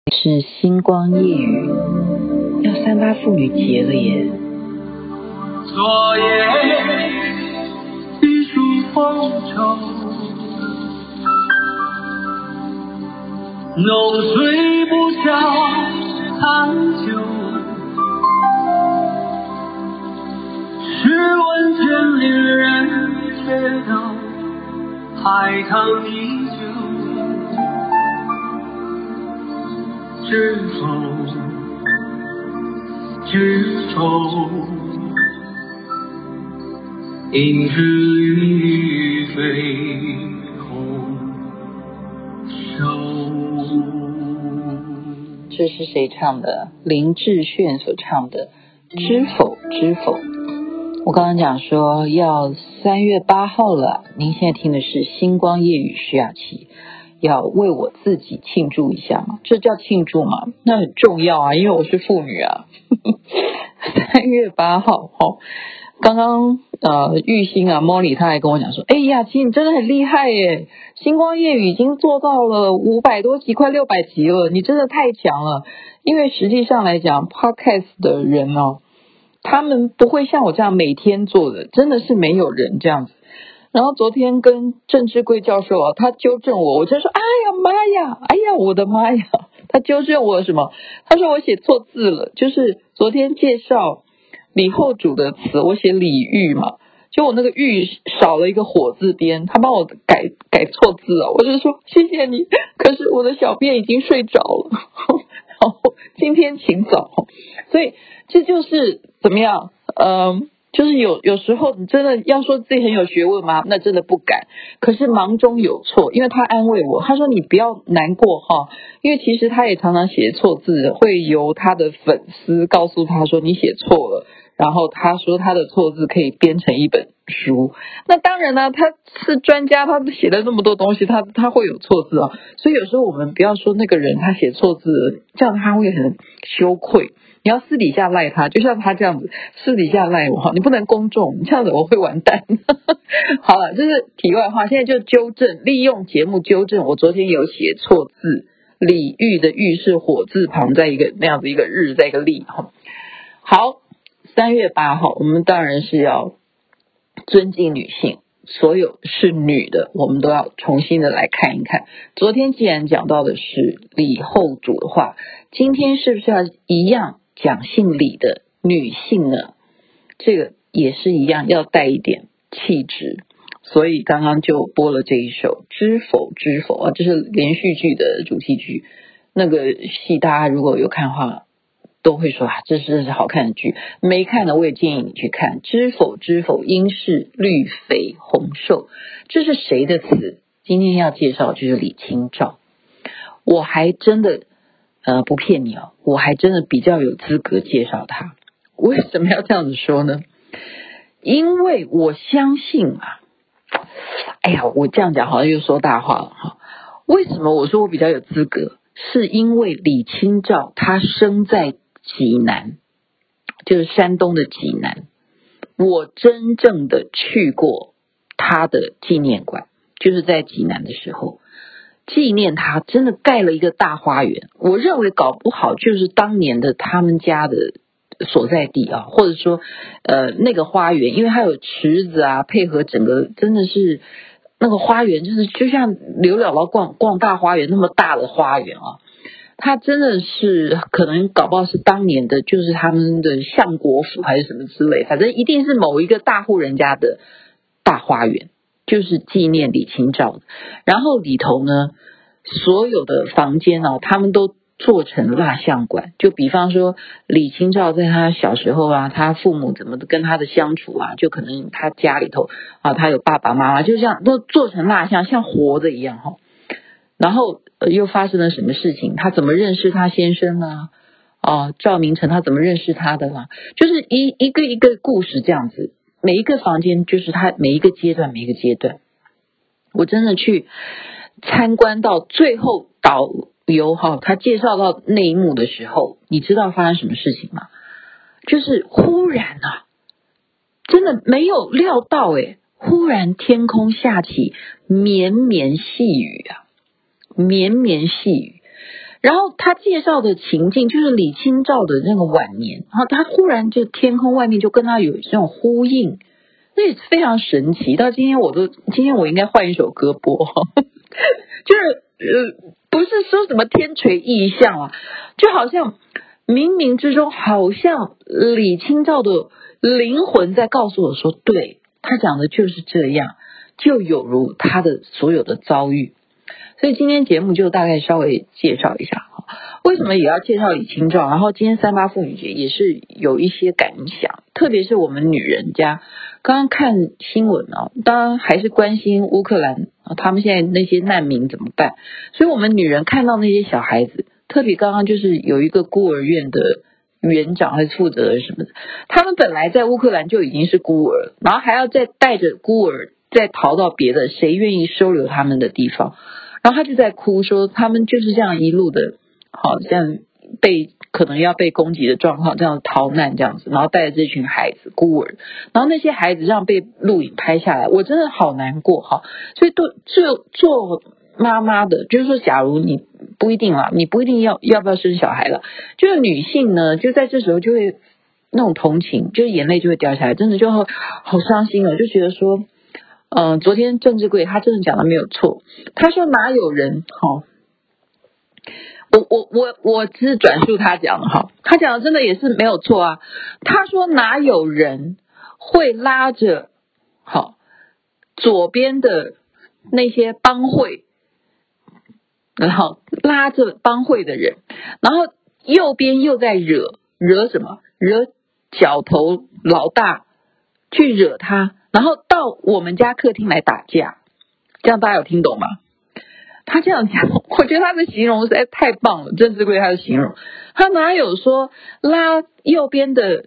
是星光夜雨，要38妇女节了耶。 昨夜一树风愁，浓睡不消长久，试问千里人却道海棠依旧，知否应是绿肥红瘦。 这是谁唱的？林志炫所唱的知否知否。我刚刚讲说要3月8号了，您现在听的是星光夜雨徐雅琪，要为我自己庆祝一下嘛？这叫庆祝吗？那很重要啊，因为我是妇女啊。3月8号刚刚玉兴啊 Molly 他还跟我讲说，雅琪你真的很厉害耶，星光夜语已经做到了500多集快600集了，你真的太强了。因为实际上来讲 Podcast 的人他们不会像我这样每天做的，真的是没有人这样子。然后昨天跟郑志贵教授他纠正我，我就说我的妈呀，他纠正我什么？他说我写错字了，就是昨天介绍李后主的词我写李煜嘛，就我那个煜少了一个火字边，他帮我改错字了，我就说谢谢你，可是我的小便已经睡着了。然后今天请早，所以这就是怎么样就是有时候你真的要说自己很有学问吗？那真的不敢。可是忙中有错，因为他安慰我，他说你不要难过因为其实他也常常写错字，会由他的粉丝告诉他说你写错了，然后他说他的错字可以编成一本书。那当然呢，他是专家，他写了那么多东西，他会有错字所以有时候我们不要说那个人他写错字，这样他会很羞愧。你要私底下赖他，就像他这样子私底下赖我，你不能公众，这样子我会完蛋。好了，这是题外话，现在就纠正，利用节目纠正我昨天有写错字，李煜的煜是火字旁在一个那样子一个日在一个立。好，3月8号我们当然是要尊敬女性，所有是女的我们都要重新的来看一看。昨天既然讲到的是李后主的话，今天是不是要一样讲姓李的女性呢？这个也是一样要带一点气质，所以刚刚就播了这一首知否知否这是连续剧的主题曲，那个戏大家如果有看的话都会说这是好看的剧，没看的我也建议你去看。知否知否应是绿肥红瘦，这是谁的词？今天要介绍就是李清照。我还真的不骗你我还真的比较有资格介绍他。为什么要这样子说呢？因为我相信我这样讲好像又说大话了为什么我说我比较有资格？是因为李清照她生在济南，就是山东的济南，我真正的去过她的纪念馆，就是在济南的时候纪念她，真的盖了一个大花园，我认为搞不好就是当年的他们家的所在地或者说那个花园，因为它有池子配合整个真的是那个花园就是就像刘姥姥逛大花园那么大的花园它真的是可能搞不好是当年的就是他们的相国府还是什么之类，反正一定是某一个大户人家的大花园，就是纪念李清照的。然后里头呢所有的房间他们都做成蜡像馆，就比方说李清照在他小时候他父母怎么跟他的相处就可能他家里头他有爸爸妈妈，就这样都做成蜡像，像活的一样然后又发生了什么事情，他怎么认识他先生赵明诚他怎么认识他的就是一个一个故事这样子，每一个房间就是他每一个阶段我真的去参观到最后导游他介绍到那一幕的时候，你知道发生什么事情吗？就是忽然真的没有料到忽然天空下起绵绵细雨绵绵细雨， 然后他介绍的情境就是李清照的那个晚年，然后他忽然就天空外面就跟他有这种呼应，那也是非常神奇。到今天我应该换一首歌播，就是不是说什么天垂异象啊，就好像冥冥之中，好像李清照的灵魂在告诉我说，对，他讲的就是这样，就有如他的所有的遭遇。所以今天节目就大概稍微介绍一下为什么也要介绍李清照，然后今天3·8妇女节也是有一些感想，特别是我们女人家刚刚看新闻当然还是关心乌克兰他们现在那些难民怎么办，所以我们女人看到那些小孩子，特别刚刚就是有一个孤儿院的园长还是负责人什么的，他们本来在乌克兰就已经是孤儿，然后还要再带着孤儿再逃到别的谁愿意收留他们的地方，然后他就在哭说他们就是这样一路的好像可能要被攻击的状况这样逃难这样子，然后带着这群孩子孤儿，然后那些孩子让被录影拍下来，我真的好难过所以做妈妈的就是说假如你不一定啦，你不一定要不要生小孩了，就是女性呢就在这时候就会那种同情，就是眼泪就会掉下来，真的就好伤心就觉得说昨天郑志贵他真的讲的没有错，他说哪有人我只是转述他讲的他讲的真的也是没有错啊。他说哪有人会拉着左边的那些帮会，然后拉着帮会的人，然后右边又在惹什么？惹角头老大去惹他，然后到我们家客厅来打架，这样大家有听懂吗？他这样讲，我觉得他的形容实在太棒了，郑志贵他的形容，他哪有说拉右边的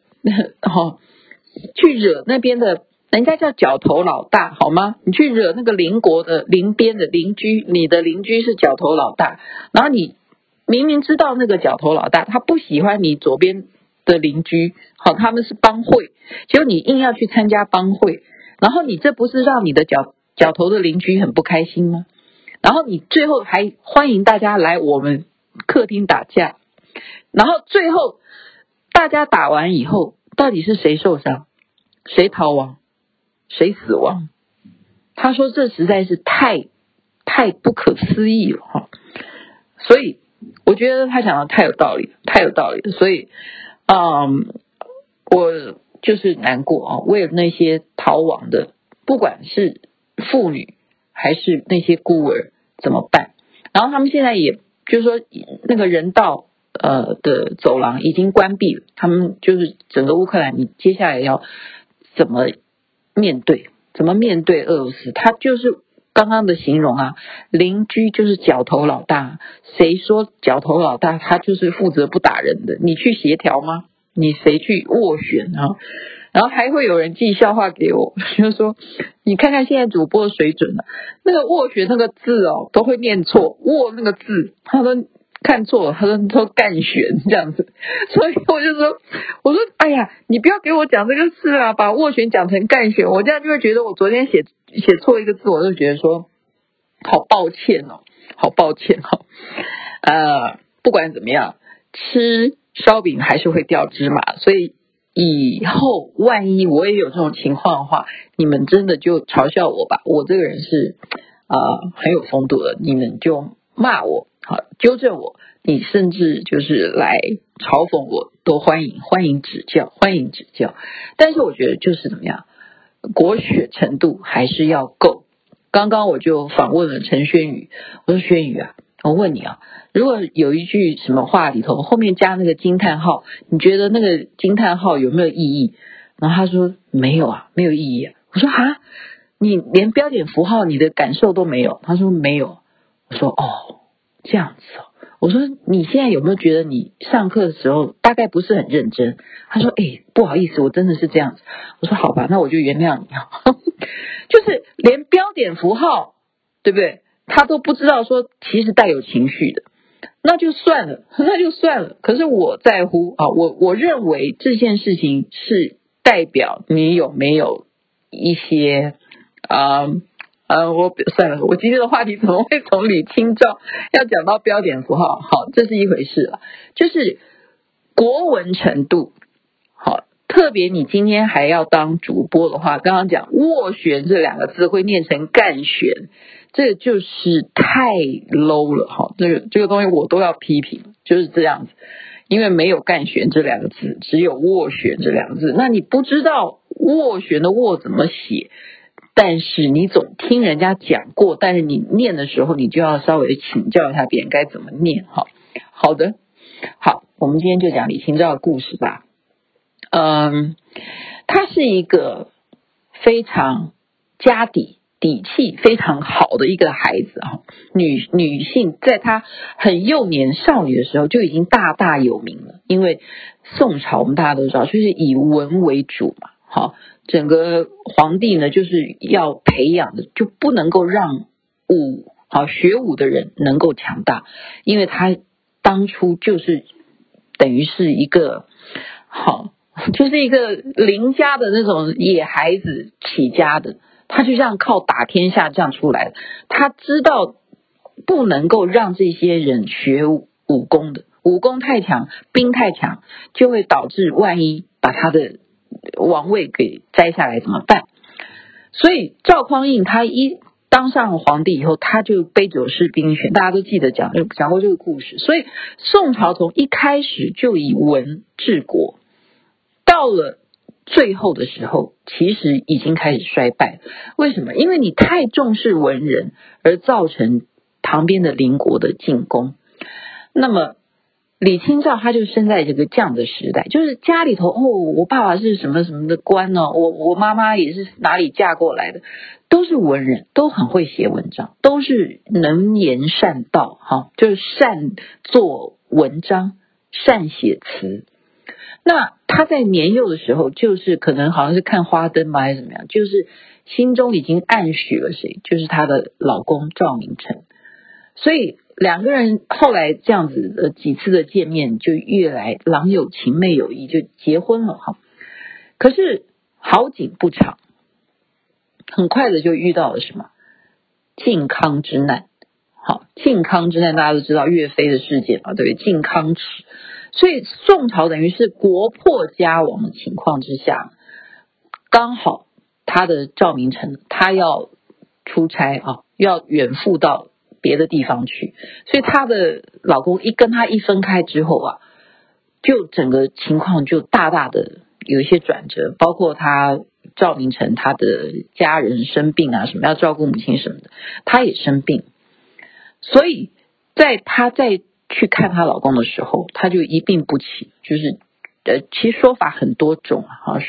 去惹那边的，人家叫角头老大好吗？你去惹那个邻国的邻边的邻居，你的邻居是角头老大，然后你明明知道那个角头老大他不喜欢你左边的邻居他们是帮会，结果你硬要去参加帮会，然后你这不是让你的角头的邻居很不开心吗？然后你最后还欢迎大家来我们客厅打架，然后最后大家打完以后到底是谁受伤谁逃亡谁死亡？他说这实在是太不可思议了所以我觉得他讲的太有道理了，所以我就是难过为了那些逃亡的，不管是妇女还是那些孤儿怎么办？然后他们现在也就是说那个人道的走廊已经关闭了，他们就是整个乌克兰你接下来要怎么面对俄罗斯？他就是刚刚的形容邻居就是角头老大，谁说角头老大他就是负责不打人的？你去协调吗？你谁去斡旋然后还会有人寄笑话给我，就是说你看看现在主播的水准那个斡旋那个字都会念错，斡那个字他都看错了，他都干旋这样子，所以我就说哎呀你不要给我讲这个字啦，把斡旋讲成干旋，我这样就会觉得我昨天写错一个字，我就觉得说好抱歉不管怎么样吃烧饼还是会掉芝麻，所以以后万一我也有这种情况的话，你们真的就嘲笑我吧，我这个人是很有风度的，你们就骂我纠正我，你甚至就是来嘲讽我都欢迎指教但是我觉得就是怎么样，国学程度还是要够。刚刚我就访问了陈轩宇，我说轩宇我问你如果有一句什么话里头后面加那个惊叹号，你觉得那个惊叹号有没有意义？然后他说没有没有意义我说你连标点符号你的感受都没有？他说没有。我说这样子我说你现在有没有觉得你上课的时候大概不是很认真？他说不好意思，我真的是这样子。我说好吧，那我就原谅你就是连标点符号对不对他都不知道说其实带有情绪的，那就算了。可是我在乎我认为这件事情是代表你有没有一些算了，我今天的话题怎么会从李清照要讲到标点符号？好，这是一回事了，就是国文程度。好，特别你今天还要当主播的话，刚刚讲斡旋这两个字会念成干旋，这个就是太 low 了哈，这个东西我都要批评，就是这样子。因为没有干旋这两个字，只有斡旋这两个字，那你不知道斡旋的斡怎么写，但是你总听人家讲过，但是你念的时候你就要稍微请教一下别人该怎么念。好的，好，我们今天就讲李清照的故事吧。他是一个非常家底气非常好的一个孩子啊，女性在她很幼年少女的时候就已经大有名了，因为宋朝我们大家都知道就是以文为主嘛，好，整个皇帝呢就是要培养的就不能够让学武的人能够强大，因为他当初就是等于是一个就是一个邻家的那种野孩子起家的，他就这样靠打天下这样出来的。他知道不能够让这些人学武功的，武功太强，兵太强，就会导致万一把他的王位给摘下来怎么办？所以赵匡胤他一当上皇帝以后，他就杯酒释兵权，大家都记得讲过这个故事。所以宋朝从一开始就以文治国，到了最后的时候其实已经开始衰败。为什么？因为你太重视文人，而造成旁边的邻国的进攻。那么李清照他就生在这个这样的时代，就是家里头我爸爸是什么什么的官哦，我妈妈也是哪里嫁过来的，都是文人，都很会写文章，都是能言善道，就是善做文章，善写词。那他在年幼的时候，就是可能好像是看花灯吧，还是怎么样，就是心中已经暗许了谁，就是她的老公赵明诚。所以两个人后来这样子几次的见面，就越来郎有情妹有意，就结婚了哈。可是好景不长，很快的就遇到了什么靖康之难。好，靖康之难大家都知道岳飞的事件嘛，对不对？靖康耻。所以宋朝等于是国破家亡的情况之下，刚好他的赵明诚他要出差要远赴到别的地方去，所以他的老公跟他一分开之后就整个情况就大的有一些转折，包括他赵明诚他的家人生病什么要照顾母亲什么的，他也生病，所以在他再去看她老公的时候，她就一病不起，就是其实说法很多种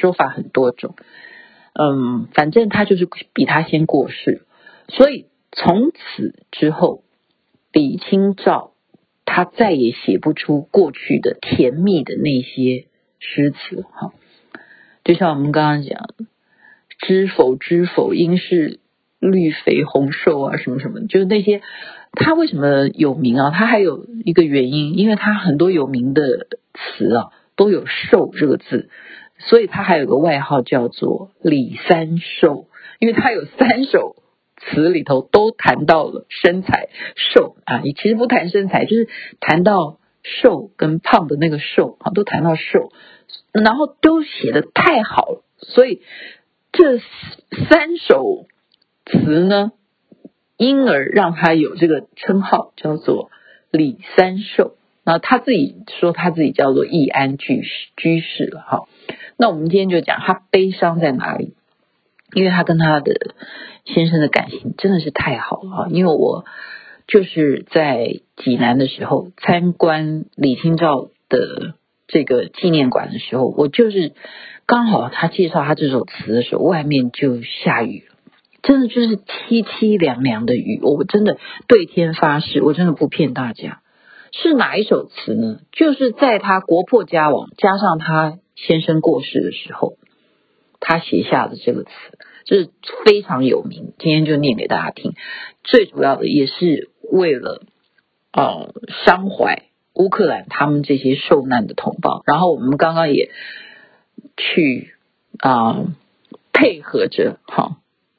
反正她就是比他先过世。所以从此之后，李清照她再也写不出过去的甜蜜的那些诗词就像我们刚刚讲知否应是绿肥红瘦什么什么，就是那些。他为什么有名他还有一个原因，因为他很多有名的词都有瘦这个字，所以他还有个外号叫做李三瘦，因为他有3首词里头都谈到了身材瘦你其实不谈身材，就是谈到瘦跟胖的那个瘦都谈到瘦，然后都写得太好了，所以这3首词呢因而让他有这个称号叫做李三瘦，然后他自己说他自己叫做易安居士了那我们今天就讲他悲伤在哪里，因为他跟他的先生的感情真的是太好了因为我就是在济南的时候参观李清照的这个纪念馆的时候，我就是刚好他介绍他这首词的时候，外面就下雨了，真的就是凄凄凉凉的雨，我真的对天发誓，我真的不骗大家。是哪一首词呢？就是在他国破家亡加上他先生过世的时候，他写下的这个词，这是非常有名，今天就念给大家听。最主要的也是为了伤怀乌克兰他们这些受难的同胞，然后我们刚刚也去配合着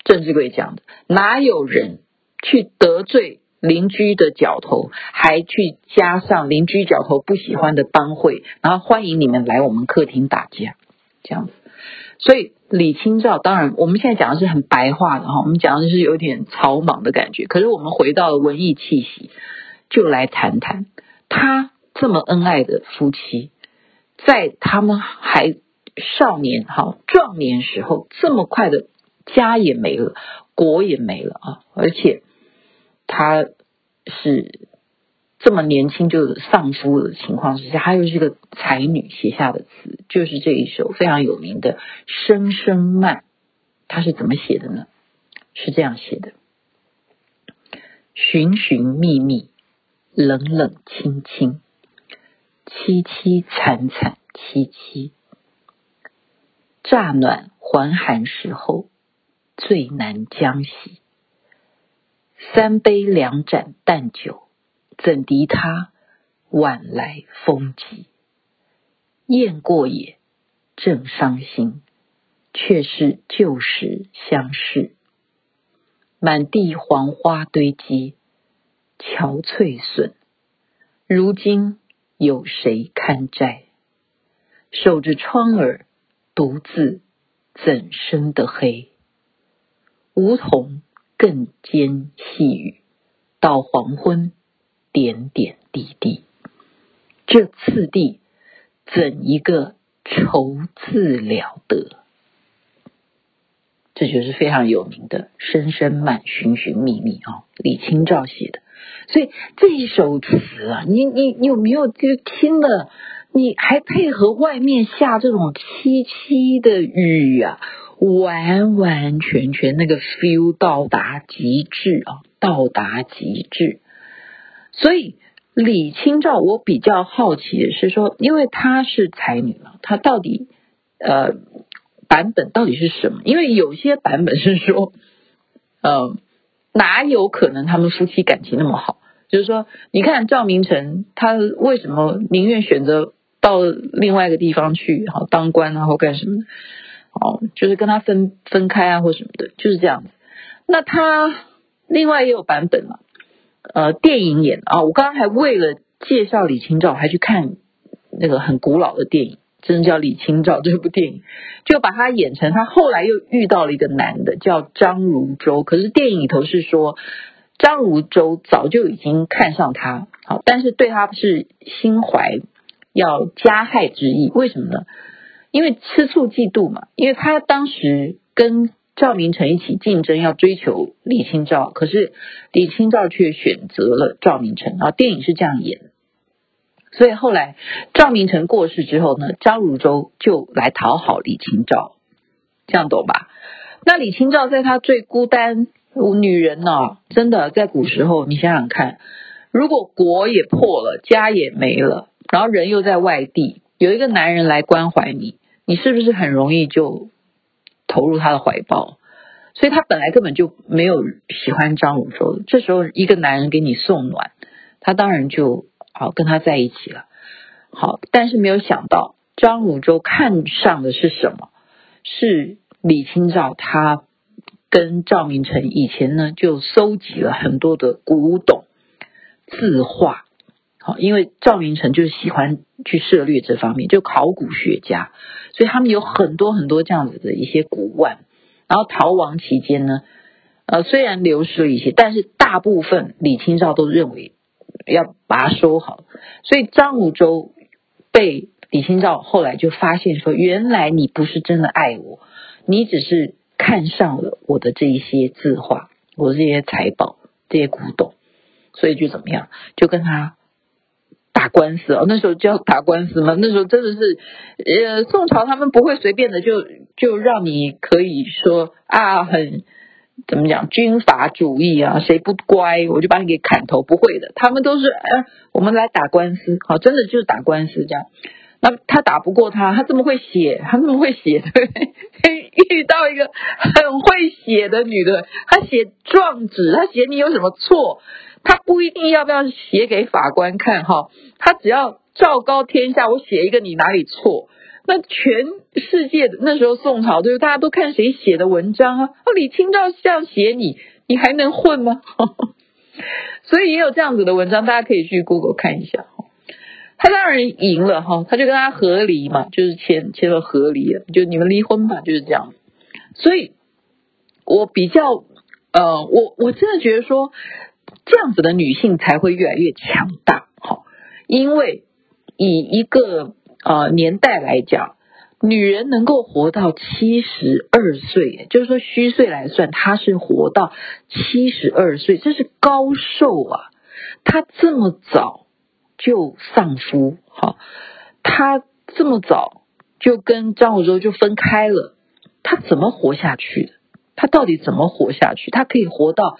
郑志贵讲的，哪有人去得罪邻居的角头，还去加上邻居角头不喜欢的帮会，然后欢迎你们来我们客厅打架，这样子。所以李清照，当然我们现在讲的是很白话的哈，我们讲的是有点草莽的感觉，可是我们回到了文艺气息，就来谈谈他这么恩爱的夫妻，在他们还少年壮年时候，这么快的家也没了，国也没了啊，而且他是这么年轻就丧夫的情况之下，他又是个才女写下的词，就是这一首非常有名的《声声慢》。他是怎么写的呢？是这样写的：寻寻觅觅，冷冷清清，凄凄惨惨戚戚，乍暖还寒时候，最难将息。3杯2盏淡酒，怎敌他晚来风急。雁过也，正伤心，却是旧时相识。满地黄花堆积，憔悴损，如今有谁堪摘？守着窗儿，独自怎生得黑？梧桐更兼细雨，到黄昏点点滴滴。这次第，怎一个愁字了得？这就是非常有名的《声声慢，寻寻觅觅》啊，李清照写的。所以这一首词啊，你有没有就听了，你还配合外面下这种凄凄的雨啊，完完全全那个 feel 到达极致啊，到达极致。所以李清照，我比较好奇的是说，因为她是才女嘛，她到底版本到底是什么？因为有些版本是说哪有可能他们夫妻感情那么好，就是说你看赵明诚他为什么宁愿选择到另外一个地方去当官啊或干什么的，就是跟他分开啊或什么的，就是这样子。那他另外也有版本嘛，电影演啊，我刚刚还为了介绍李清照还去看那个很古老的电影，真的叫李清照这部电影，就把他演成他后来又遇到了一个男的叫张如舟，可是电影里头是说张如舟早就已经看上他，但是对他是心怀要加害之意。为什么呢？因为吃醋嫉妒嘛，因为他当时跟赵明诚一起竞争要追求李清照，可是李清照却选择了赵明诚，电影是这样演的。所以后来赵明诚过世之后呢，张如舟就来讨好李清照，这样懂吧？那李清照在她最孤单，女人真的在古时候你想想看，如果国也破了，家也没了，然后人又在外地，有一个男人来关怀你，你是不是很容易就投入他的怀抱？所以他本来根本就没有喜欢张如舟的，这时候一个男人给你送暖，他当然就跟他在一起了。但是没有想到张如舟看上的是什么？是李清照，他跟赵明诚以前呢就搜集了很多的古董字画，因为赵明诚就是喜欢去涉猎这方面，就考古学家，所以他们有很多很多这样子的一些古玩。然后逃亡期间呢，虽然流失了一些，但是大部分李清照都认为要把它收好。所以张如舟被李清照后来就发现说，原来你不是真的爱我，你只是看上了我的这一些字画，我的这些财宝，这些古董，所以就怎么样，就跟他打官司那时候叫打官司嘛，那时候真的是宋朝他们不会随便的就让你可以说很怎么讲军阀主义谁不乖我就把你给砍头，不会的，他们都是我们来打官司，真的就是打官司这样。那他打不过他这么会写，对不对？遇到一个很会写的女的，她写状纸，她写你有什么错，他不一定要不要写给法官看他只要昭告天下，我写一个你哪里错， 那全世界的那时候宋朝，对，大家都看谁写的文章啊？李清照这样写你还能混吗？所以也有这样子的文章，大家可以去 Google 看一下。他当然赢了哈，他就跟他和离嘛，就是签了和离了，就你们离婚吧，就是这样。所以我比较我真的觉得说这样子的女性才会越来越强大，好，因为以一个年代来讲，女人能够活到72岁，就是说虚岁来算，她是活到72岁，这是高寿啊！她这么早就丧夫，好，她这么早就跟张五洲就分开了，她怎么活下去的？她到底怎么活下去？她可以活到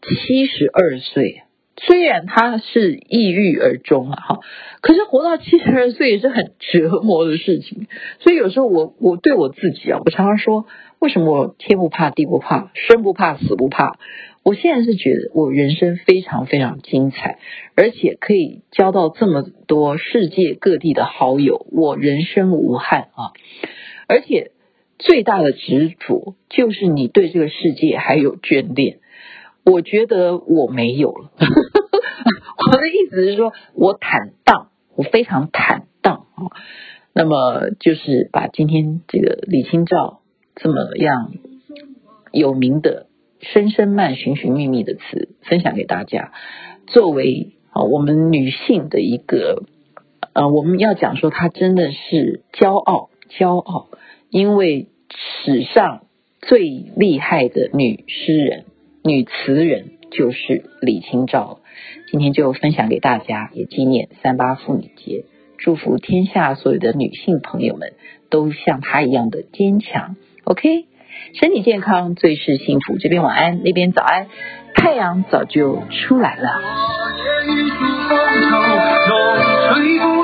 72岁，虽然她是抑郁而终了哈，可是活到72岁也是很折磨的事情。所以有时候我对我自己啊，我常常说，为什么我天不怕地不怕，生不怕死不怕？我现在是觉得我人生非常非常精彩，而且可以交到这么多世界各地的好友，我人生无憾啊！而且最大的执着就是你对这个世界还有眷恋，我觉得我没有了。我的意思是说，我坦荡，我非常坦荡啊。那么就是把今天这个李清照这么样有名的声声慢寻寻觅觅的词分享给大家，作为我们女性的一个我们要讲说她真的是骄傲，因为史上最厉害的女诗人、女词人就是李清照。今天就分享给大家，也纪念38妇女节，祝福天下所有的女性朋友们都像她一样的坚强。 OK， 身体健康最是幸福，这边晚安，那边早安，太阳早就出来了。